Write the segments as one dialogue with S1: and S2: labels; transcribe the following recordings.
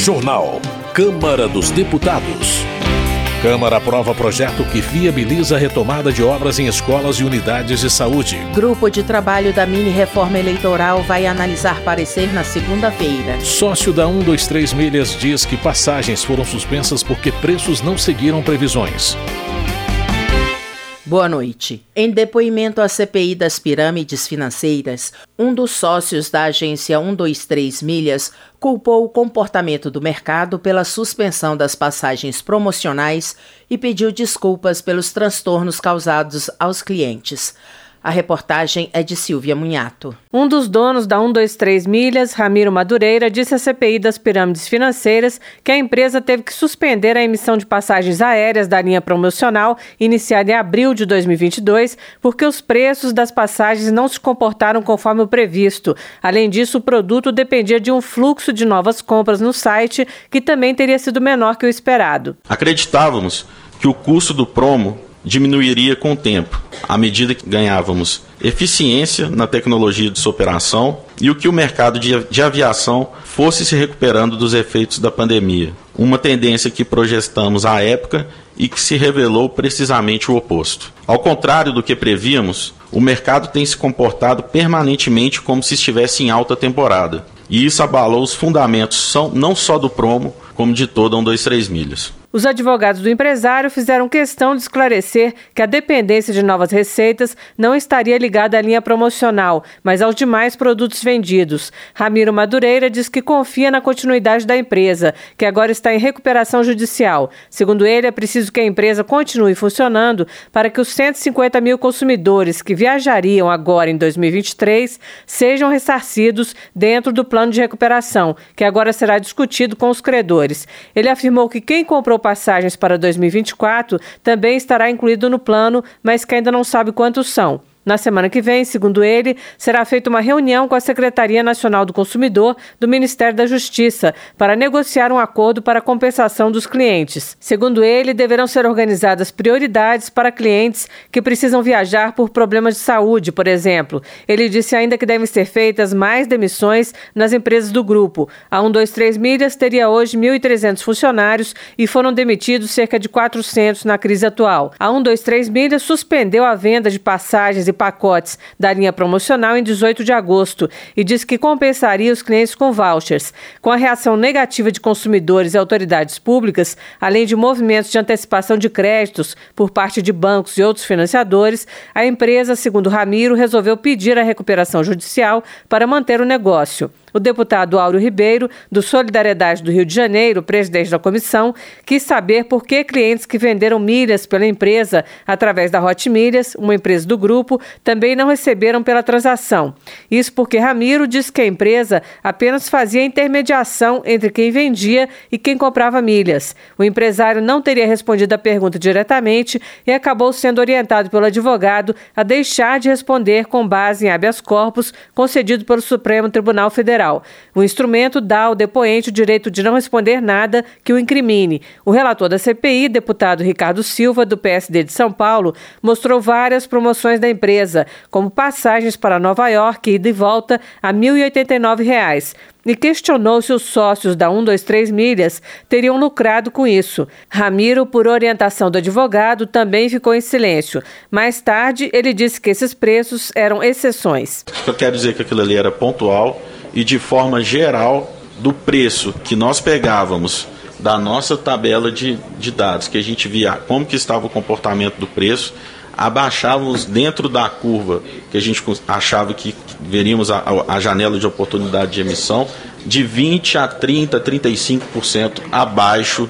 S1: Jornal. Câmara dos Deputados. Câmara aprova projeto que viabiliza a retomada de obras em escolas e unidades de saúde.
S2: Grupo de trabalho da mini-reforma eleitoral vai analisar parecer na segunda-feira.
S1: Sócio da 123 Milhas diz que passagens foram suspensas porque preços não seguiram previsões.
S2: Boa noite. Em depoimento à CPI das pirâmides financeiras, um dos sócios da agência 123 Milhas culpou o comportamento do mercado pela suspensão das passagens promocionais e pediu desculpas pelos transtornos causados aos clientes. A reportagem é de Silvia Munhato.
S3: Um dos donos da 123 Milhas, Ramiro Madureira, disse à CPI das pirâmides financeiras que a empresa teve que suspender a emissão de passagens aéreas da linha promocional iniciada em abril de 2022 porque os preços das passagens não se comportaram conforme o previsto. Além disso, o produto dependia de um fluxo de novas compras no site que também teria sido menor que o esperado.
S4: Acreditávamos que o custo do promo diminuiria com o tempo, à medida que ganhávamos eficiência na tecnologia de sua operação e o que o mercado de aviação fosse se recuperando dos efeitos da pandemia. Uma tendência que projetamos à época e que se revelou precisamente o oposto. Ao contrário do que prevíamos, o mercado tem se comportado permanentemente como se estivesse em alta temporada. E isso abalou os fundamentos não só do promo, como de toda 123 Milhas.
S3: Os advogados do empresário fizeram questão de esclarecer que a dependência de novas receitas não estaria ligada à linha promocional, mas aos demais produtos vendidos. Ramiro Madureira diz que confia na continuidade da empresa, que agora está em recuperação judicial. Segundo ele, é preciso que a empresa continue funcionando para que os 150 mil consumidores que viajariam agora em 2023 sejam ressarcidos dentro do plano de recuperação, que agora será discutido com os credores. Ele afirmou que quem comprou passagens para 2024 também estará incluído no plano, mas que ainda não sabe quantos são. Na semana que vem, segundo ele, será feita uma reunião com a Secretaria Nacional do Consumidor do Ministério da Justiça para negociar um acordo para a compensação dos clientes. Segundo ele, deverão ser organizadas prioridades para clientes que precisam viajar por problemas de saúde, por exemplo. Ele disse ainda que devem ser feitas mais demissões nas empresas do grupo. A 123 Milhas teria hoje 1.300 funcionários e foram demitidos cerca de 400 na crise atual. A 123 Milhas suspendeu a venda de passagens e pacotes da linha promocional em 18 de agosto e disse que compensaria os clientes com vouchers. Com a reação negativa de consumidores e autoridades públicas, além de movimentos de antecipação de créditos por parte de bancos e outros financiadores, a empresa, segundo Ramiro, resolveu pedir a recuperação judicial para manter o negócio. O deputado Áureo Ribeiro, do Solidariedade do Rio de Janeiro, presidente da comissão, quis saber por que clientes que venderam milhas pela empresa através da Hot Milhas, uma empresa do grupo, também não receberam pela transação. Isso porque Ramiro disse que a empresa apenas fazia intermediação entre quem vendia e quem comprava milhas. O empresário não teria respondido a pergunta diretamente e acabou sendo orientado pelo advogado a deixar de responder com base em habeas corpus concedido pelo Supremo Tribunal Federal. O instrumento dá ao depoente o direito de não responder nada que o incrimine. O relator da CPI, deputado Ricardo Silva, do PSD de São Paulo, mostrou várias promoções da empresa, como passagens para Nova York, ida e volta, a R$ 1.089, e questionou se os sócios da 123 Milhas teriam lucrado com isso. Ramiro, por orientação do advogado, também ficou em silêncio. Mais tarde, ele disse que esses preços eram exceções.
S4: Eu quero dizer que aquilo ali era pontual e, de forma geral, do preço que nós pegávamos da nossa tabela de dados, que a gente via como que estava o comportamento do preço, abaixávamos dentro da curva que a gente achava que veríamos a janela de oportunidade de emissão de 20% a 30%, 35% abaixo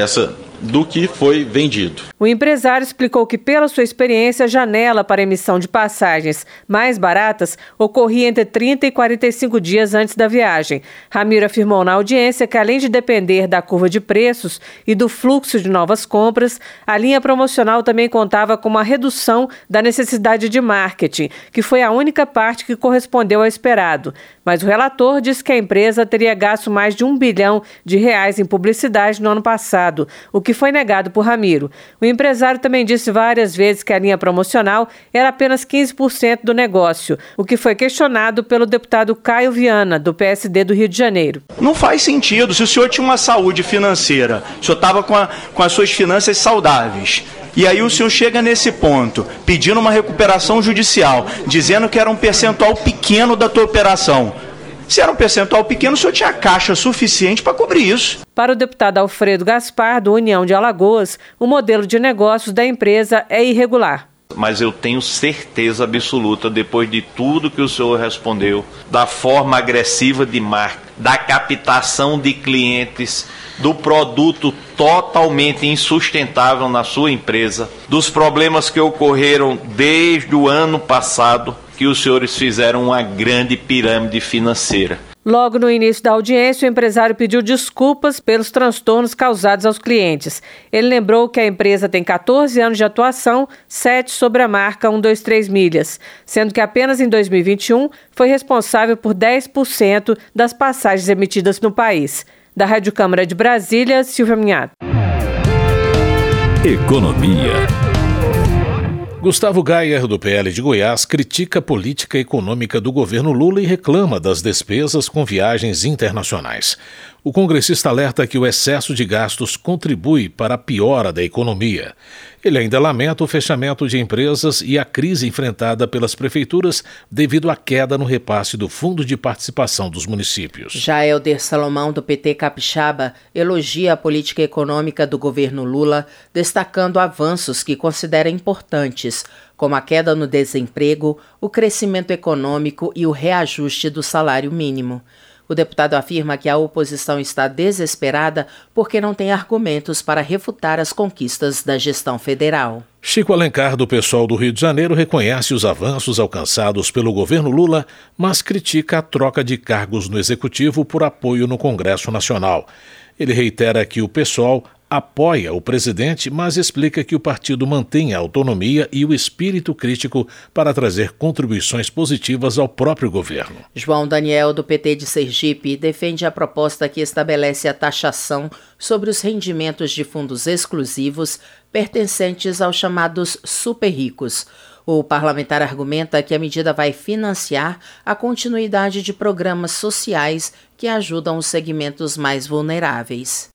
S4: do que foi vendido.
S3: O empresário explicou que, pela sua experiência, a janela para emissão de passagens mais baratas ocorria entre 30 e 45 dias antes da viagem. Ramiro afirmou na audiência que, além de depender da curva de preços e do fluxo de novas compras, a linha promocional também contava com uma redução da necessidade de marketing, que foi a única parte que correspondeu ao esperado. Mas o relator disse que a empresa teria gasto mais de R$1 bilhão em publicidade no ano passado, o que que foi negado por Ramiro. O empresário também disse várias vezes que a linha promocional era apenas 15% do negócio, o que foi questionado pelo deputado Caio Viana, do PSD do Rio de Janeiro.
S5: Não faz sentido. Se o senhor tinha uma saúde financeira, o senhor estava com as suas finanças saudáveis, e aí o senhor chega nesse ponto, pedindo uma recuperação judicial, dizendo que era um percentual pequeno da tua operação. Se era um percentual pequeno, o senhor tinha caixa suficiente para cobrir isso.
S3: Para o deputado Alfredo Gaspar, do União de Alagoas, o modelo de negócios da empresa é irregular.
S6: Mas eu tenho certeza absoluta, depois de tudo que o senhor respondeu, da forma agressiva de marketing, da captação de clientes, do produto totalmente insustentável na sua empresa, dos problemas que ocorreram desde o ano passado, que os senhores fizeram uma grande pirâmide financeira.
S3: Logo no início da audiência, o empresário pediu desculpas pelos transtornos causados aos clientes. Ele lembrou que a empresa tem 14 anos de atuação, 7 sobre a marca 123 Milhas, sendo que apenas em 2021 foi responsável por 10% das passagens emitidas no país. Da Rádio Câmara de Brasília, Silvia Minhato.
S1: Economia. Gustavo Gayer, do PL de Goiás, critica a política econômica do governo Lula e reclama das despesas com viagens internacionais. O congressista alerta que o excesso de gastos contribui para a piora da economia. Ele ainda lamenta o fechamento de empresas e a crise enfrentada pelas prefeituras devido à queda no repasse do Fundo de Participação dos Municípios.
S2: Já Helder Salomão, do PT Capixaba, elogia a política econômica do governo Lula, destacando avanços que considera importantes, como a queda no desemprego, o crescimento econômico e o reajuste do salário mínimo. O deputado afirma que a oposição está desesperada porque não tem argumentos para refutar as conquistas da gestão federal.
S1: Chico Alencar, do PSOL do Rio de Janeiro, reconhece os avanços alcançados pelo governo Lula, mas critica a troca de cargos no Executivo por apoio no Congresso Nacional. Ele reitera que o PSOL apoia o presidente, mas explica que o partido mantém a autonomia e o espírito crítico para trazer contribuições positivas ao próprio governo.
S2: João Daniel, do PT de Sergipe, defende a proposta que estabelece a taxação sobre os rendimentos de fundos exclusivos pertencentes aos chamados super ricos. O parlamentar argumenta que a medida vai financiar a continuidade de programas sociais que ajudam os segmentos mais vulneráveis.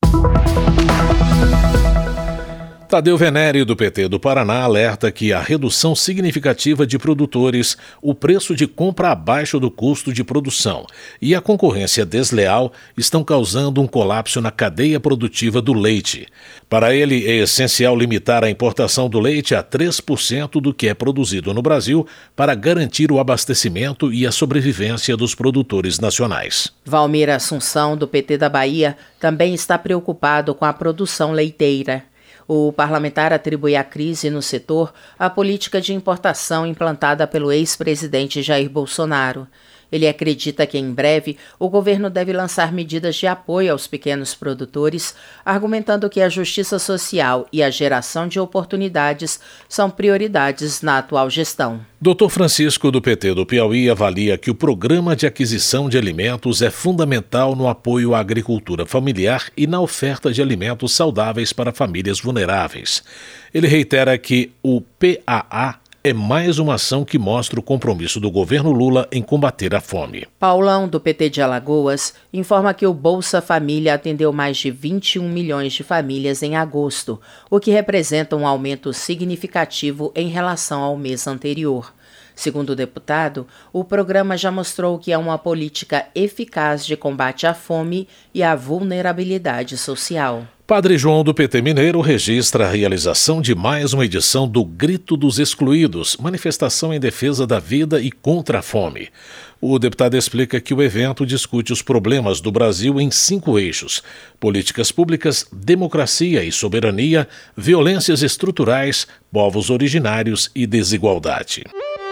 S1: Tadeu Venere, do PT do Paraná, alerta que a redução significativa de produtores, o preço de compra abaixo do custo de produção e a concorrência desleal estão causando um colapso na cadeia produtiva do leite. Para ele, é essencial limitar a importação do leite a 3% do que é produzido no Brasil para garantir o abastecimento e a sobrevivência dos produtores nacionais.
S2: Valmir Assunção, do PT da Bahia, também está preocupado com a produção leiteira. O parlamentar atribui a crise no setor à política de importação implantada pelo ex-presidente Jair Bolsonaro. Ele acredita que, em breve, o governo deve lançar medidas de apoio aos pequenos produtores, argumentando que a justiça social e a geração de oportunidades são prioridades na atual gestão.
S1: Dr. Francisco, do PT do Piauí, avalia que o programa de aquisição de alimentos é fundamental no apoio à agricultura familiar e na oferta de alimentos saudáveis para famílias vulneráveis. Ele reitera que o PAA é mais uma ação que mostra o compromisso do governo Lula em combater a fome.
S2: Paulão, do PT de Alagoas, informa que o Bolsa Família atendeu mais de 21 milhões de famílias em agosto, o que representa um aumento significativo em relação ao mês anterior. Segundo o deputado, o programa já mostrou que é uma política eficaz de combate à fome e à vulnerabilidade social.
S1: Padre João, do PT Mineiro, registra a realização de mais uma edição do Grito dos Excluídos, manifestação em defesa da vida e contra a fome. O deputado explica que o evento discute os problemas do Brasil em 5 eixos: políticas públicas, democracia e soberania, violências estruturais, povos originários e desigualdade.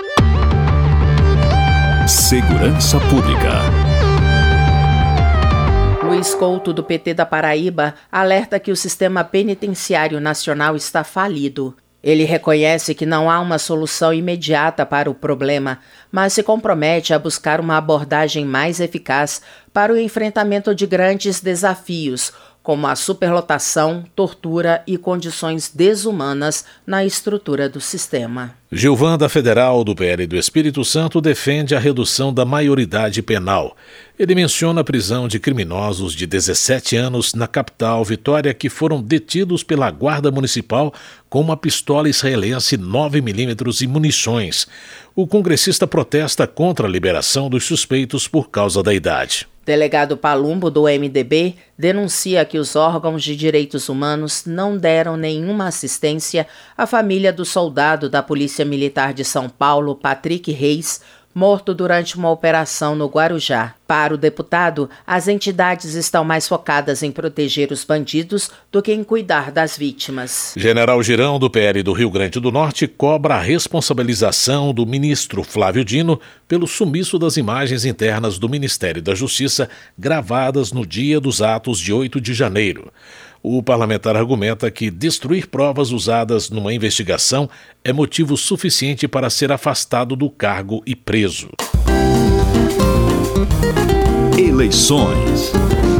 S7: Segurança Pública.
S2: Luiz Couto, do PT da Paraíba, alerta que o sistema penitenciário nacional está falido. Ele reconhece que não há uma solução imediata para o problema, mas se compromete a buscar uma abordagem mais eficaz para o enfrentamento de grandes desafios, como a superlotação, tortura e condições desumanas na estrutura do sistema.
S1: Gilvan, da Federal do PL do Espírito Santo, defende a redução da maioridade penal. Ele menciona a prisão de criminosos de 17 anos na capital Vitória que foram detidos pela Guarda Municipal com uma pistola israelense 9mm e munições. O congressista protesta contra a liberação dos suspeitos por causa da idade.
S2: Delegado Palumbo, do MDB, denuncia que os órgãos de direitos humanos não deram nenhuma assistência à família do soldado da Polícia Militar de São Paulo, Patrick Reis, morto durante uma operação no Guarujá. Para o deputado, as entidades estão mais focadas em proteger os bandidos do que em cuidar das vítimas.
S1: General Girão, do PL do Rio Grande do Norte, cobra a responsabilização do ministro Flávio Dino pelo sumiço das imagens internas do Ministério da Justiça gravadas no dia dos atos de 8 de janeiro. O parlamentar argumenta que destruir provas usadas numa investigação é motivo suficiente para ser afastado do cargo e preso.
S7: Eleições.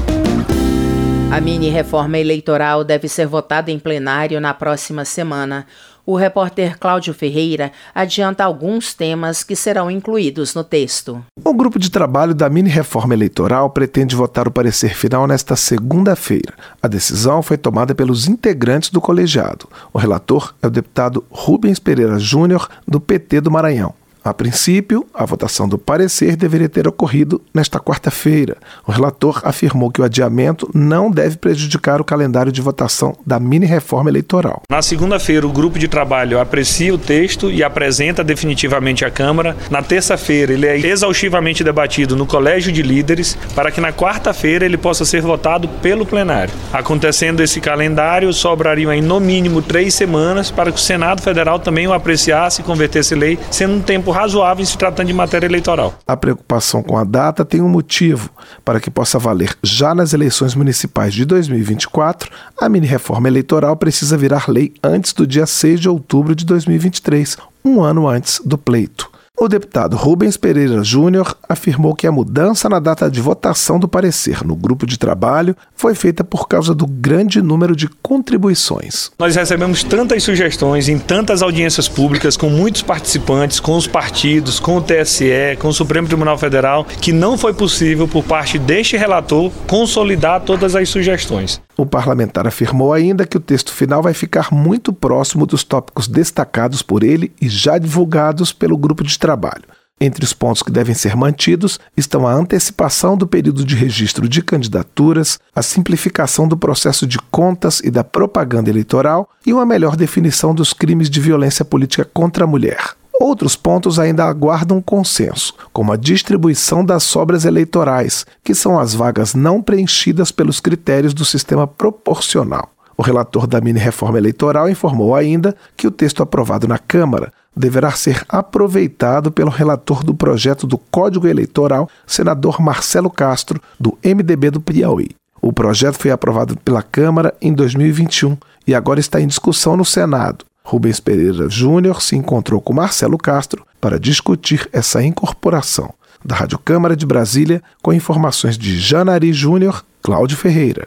S2: A mini-reforma eleitoral deve ser votada em plenário na próxima semana. O repórter Cláudio Ferreira adianta alguns temas que serão incluídos no texto.
S8: O grupo de trabalho da mini-reforma eleitoral pretende votar o parecer final nesta segunda-feira. A decisão foi tomada pelos integrantes do colegiado. O relator é o deputado Rubens Pereira Júnior, do PT do Maranhão. A princípio, a votação do parecer deveria ter ocorrido nesta quarta-feira. O relator afirmou que o adiamento não deve prejudicar o calendário de votação da mini-reforma eleitoral.
S9: Na segunda-feira, o grupo de trabalho aprecia o texto e apresenta definitivamente à Câmara. Na terça-feira, ele é exaustivamente debatido no Colégio de Líderes para que na quarta-feira ele possa ser votado pelo plenário. Acontecendo esse calendário, sobrariam aí no mínimo 3 semanas para que o Senado Federal também o apreciasse e convertesse em lei, sendo um tempo razoável em se tratando de matéria eleitoral.
S8: A preocupação com a data tem um motivo. Para que possa valer já nas eleições municipais de 2024, a mini-reforma eleitoral precisa virar lei antes do dia 6 de outubro de 2023, um ano antes do pleito. O deputado Rubens Pereira Júnior afirmou que a mudança na data de votação do parecer no grupo de trabalho foi feita por causa do grande número de contribuições.
S9: Nós recebemos tantas sugestões em tantas audiências públicas, com muitos participantes, com os partidos, com o TSE, com o Supremo Tribunal Federal, que não foi possível, por parte deste relator, consolidar todas as sugestões.
S8: O parlamentar afirmou ainda que o texto final vai ficar muito próximo dos tópicos destacados por ele e já divulgados pelo grupo de trabalho. Entre os pontos que devem ser mantidos estão a antecipação do período de registro de candidaturas, a simplificação do processo de contas e da propaganda eleitoral e uma melhor definição dos crimes de violência política contra a mulher. Outros pontos ainda aguardam consenso, como a distribuição das sobras eleitorais, que são as vagas não preenchidas pelos critérios do sistema proporcional. O relator da mini-reforma eleitoral informou ainda que o texto aprovado na Câmara deverá ser aproveitado pelo relator do projeto do Código Eleitoral, senador Marcelo Castro, do MDB do Piauí. O projeto foi aprovado pela Câmara em 2021 e agora está em discussão no Senado. Rubens Pereira Júnior se encontrou com Marcelo Castro para discutir essa incorporação. Da Rádio Câmara de Brasília, com informações de Janari Júnior, Cláudio Ferreira.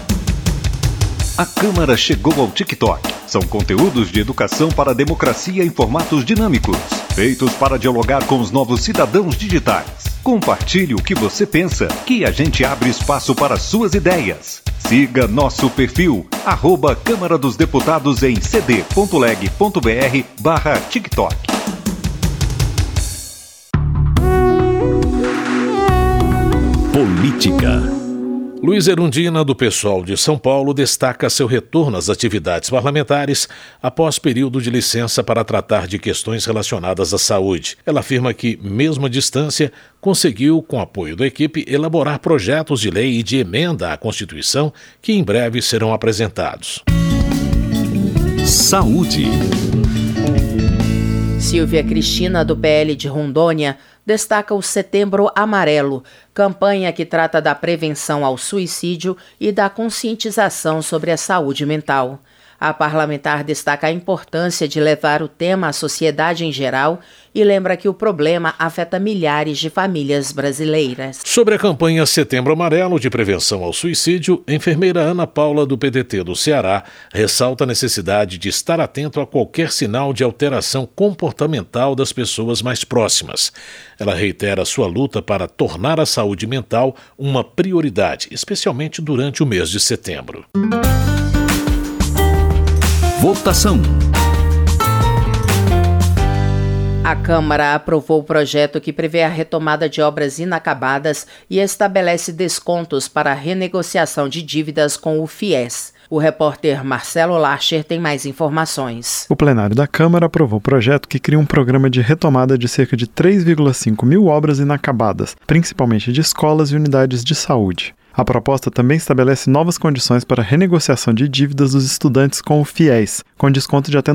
S7: A Câmara chegou ao TikTok. São conteúdos de educação para a democracia em formatos dinâmicos, feitos para dialogar com os novos cidadãos digitais. Compartilhe o que você pensa, que a gente abre espaço para suas ideias. Siga nosso perfil, @Câmara dos Deputados em cd.leg.br/TikTok. Política.
S1: Luiz Erundina, do PSOL de São Paulo, destaca seu retorno às atividades parlamentares após período de licença para tratar de questões relacionadas à saúde. Ela afirma que, mesmo à distância, conseguiu, com apoio da equipe, elaborar projetos de lei e de emenda à Constituição que em breve serão apresentados.
S7: Saúde.
S2: Silvia Cristina, do PL de Rondônia, destaca o Setembro Amarelo, campanha que trata da prevenção ao suicídio e da conscientização sobre a saúde mental. A parlamentar destaca a importância de levar o tema à sociedade em geral e lembra que o problema afeta milhares de famílias brasileiras.
S1: Sobre a campanha Setembro Amarelo de prevenção ao suicídio, a enfermeira Ana Paula do PDT do Ceará ressalta a necessidade de estar atento a qualquer sinal de alteração comportamental das pessoas mais próximas. Ela reitera sua luta para tornar a saúde mental uma prioridade, especialmente durante o mês de setembro.
S7: Votação.
S2: A Câmara aprovou o projeto que prevê a retomada de obras inacabadas e estabelece descontos para a renegociação de dívidas com o FIES. O repórter Marcelo Larcher tem mais informações.
S10: O plenário da Câmara aprovou o projeto que cria um programa de retomada de cerca de 3,5 mil obras inacabadas, principalmente de escolas e unidades de saúde. A proposta também estabelece novas condições para a renegociação de dívidas dos estudantes com o FIES, com desconto de até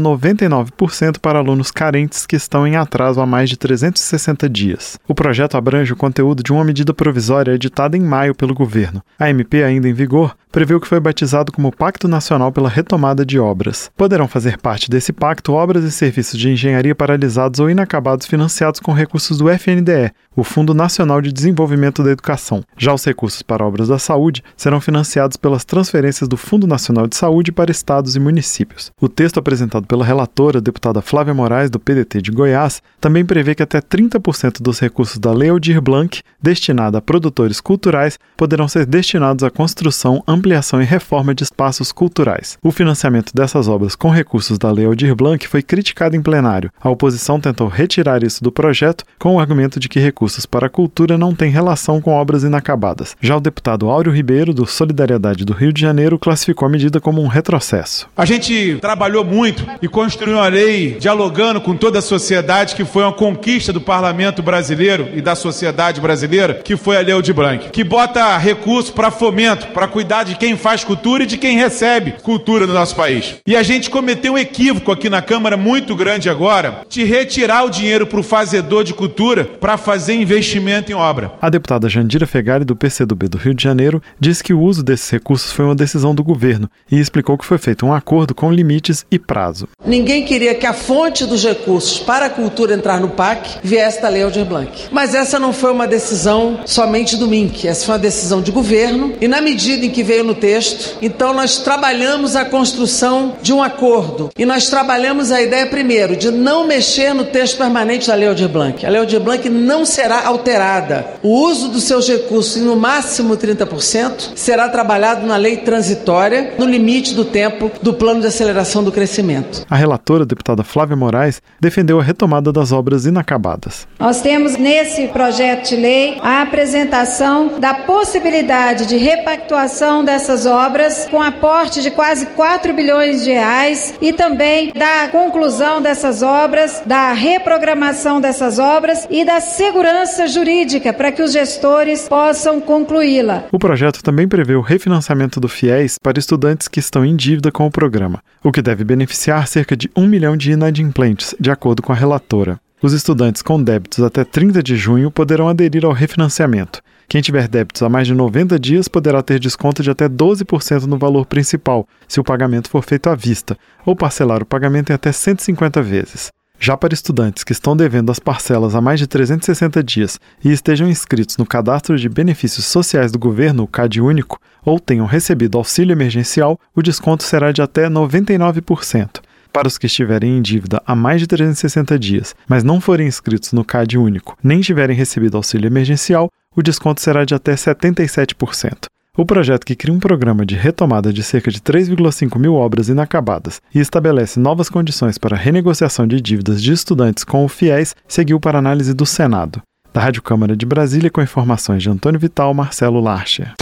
S10: 99% para alunos carentes que estão em atraso há mais de 360 dias. O projeto abrange o conteúdo de uma medida provisória editada em maio pelo governo. A MP, ainda em vigor, prevê o que foi batizado como Pacto Nacional pela Retomada de Obras. Poderão fazer parte desse pacto obras e serviços de engenharia paralisados ou inacabados financiados com recursos do FNDE, o Fundo Nacional de Desenvolvimento da Educação. Já os recursos para obras da saúde serão financiados pelas transferências do Fundo Nacional de Saúde para estados e municípios. O texto apresentado pela relatora, a deputada Flávia Moraes, do PDT de Goiás, também prevê que até 30% dos recursos da Lei Aldir Blanc, destinada a produtores culturais, poderão ser destinados à construção, ampliação e reforma de espaços culturais. O financiamento dessas obras com recursos da Lei Aldir Blanc foi criticado em plenário. A oposição tentou retirar isso do projeto com o argumento de que recursos para a cultura não têm relação com obras inacabadas. Já o deputado Áureo Ribeiro, do Solidariedade do Rio de Janeiro, classificou a medida como um retrocesso.
S11: A gente trabalhou muito e construiu uma lei dialogando com toda a sociedade, que foi uma conquista do parlamento brasileiro e da sociedade brasileira, que foi a Lei Aldir Blanc, que bota recurso para fomento, para cuidar de quem faz cultura e de quem recebe cultura no nosso país. E a gente cometeu um equívoco aqui na Câmara muito grande agora, de retirar o dinheiro para o fazedor de cultura para fazer investimento em obra.
S10: A deputada Jandira Fegali, do PCdoB do Rio de Janeiro, disse que o uso desses recursos foi uma decisão do governo e explicou que foi feito um acordo com limites e prazo.
S12: Ninguém queria que a fonte dos recursos para a cultura entrar no PAC viesse da Lei Aldir Blanc. Mas essa não foi uma decisão somente do MINC, essa foi uma decisão de governo e na medida em que veio no texto, então nós trabalhamos a construção de um acordo e nós trabalhamos a ideia primeiro de não mexer no texto permanente da Lei Aldir Blanc. A Lei Aldir Blanc não será alterada. O uso dos seus recursos em no máximo 30% será trabalhado na lei transitória no limite do tempo do plano de aceleração do crescimento.
S10: A relatora, a deputada Flávia Moraes, defendeu a retomada das obras inacabadas.
S13: Nós temos nesse projeto de lei a apresentação da possibilidade de repactuação dessas obras com aporte de quase 4 bilhões de reais e também da conclusão dessas obras, da reprogramação dessas obras e da segurança jurídica para que os gestores possam concluí-la.
S10: O projeto também prevê o refinanciamento do FIES para estudantes que estão em dívida com o programa, o que deve beneficiar cerca de 1 milhão de inadimplentes, de acordo com a relatora. Os estudantes com débitos até 30 de junho poderão aderir ao refinanciamento. Quem tiver débitos há mais de 90 dias poderá ter desconto de até 12% no valor principal, se o pagamento for feito à vista, ou parcelar o pagamento em até 150 vezes. Já para estudantes que estão devendo as parcelas há mais de 360 dias e estejam inscritos no Cadastro de Benefícios Sociais do Governo, o CadÚnico, ou tenham recebido auxílio emergencial, o desconto será de até 99%. Para os que estiverem em dívida há mais de 360 dias, mas não forem inscritos no CadÚnico, nem tiverem recebido auxílio emergencial, o desconto será de até 77%. O projeto, que cria um programa de retomada de cerca de 3,5 mil obras inacabadas e estabelece novas condições para a renegociação de dívidas de estudantes com o FIES, seguiu para análise do Senado. Da Rádio Câmara de Brasília, com informações de Antônio Vital, Marcelo Larcher.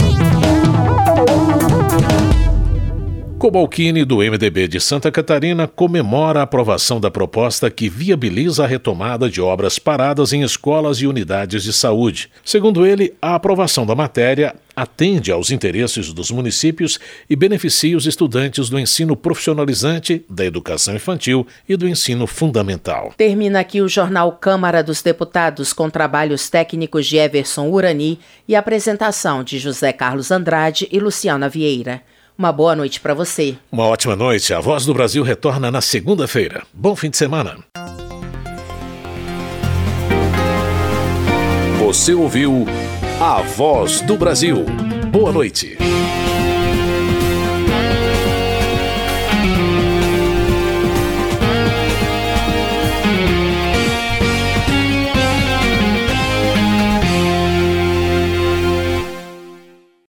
S1: Cobalcini, do MDB de Santa Catarina, comemora a aprovação da proposta que viabiliza a retomada de obras paradas em escolas e unidades de saúde. Segundo ele, a aprovação da matéria atende aos interesses dos municípios e beneficia os estudantes do ensino profissionalizante, da educação infantil e do ensino fundamental.
S2: Termina aqui o Jornal Câmara dos Deputados, com trabalhos técnicos de Everson Urani e apresentação de José Carlos Andrade e Luciana Vieira. Uma boa noite para você.
S1: Uma ótima noite. A Voz do Brasil retorna na segunda-feira. Bom fim de semana. Você ouviu A Voz do Brasil. Boa noite.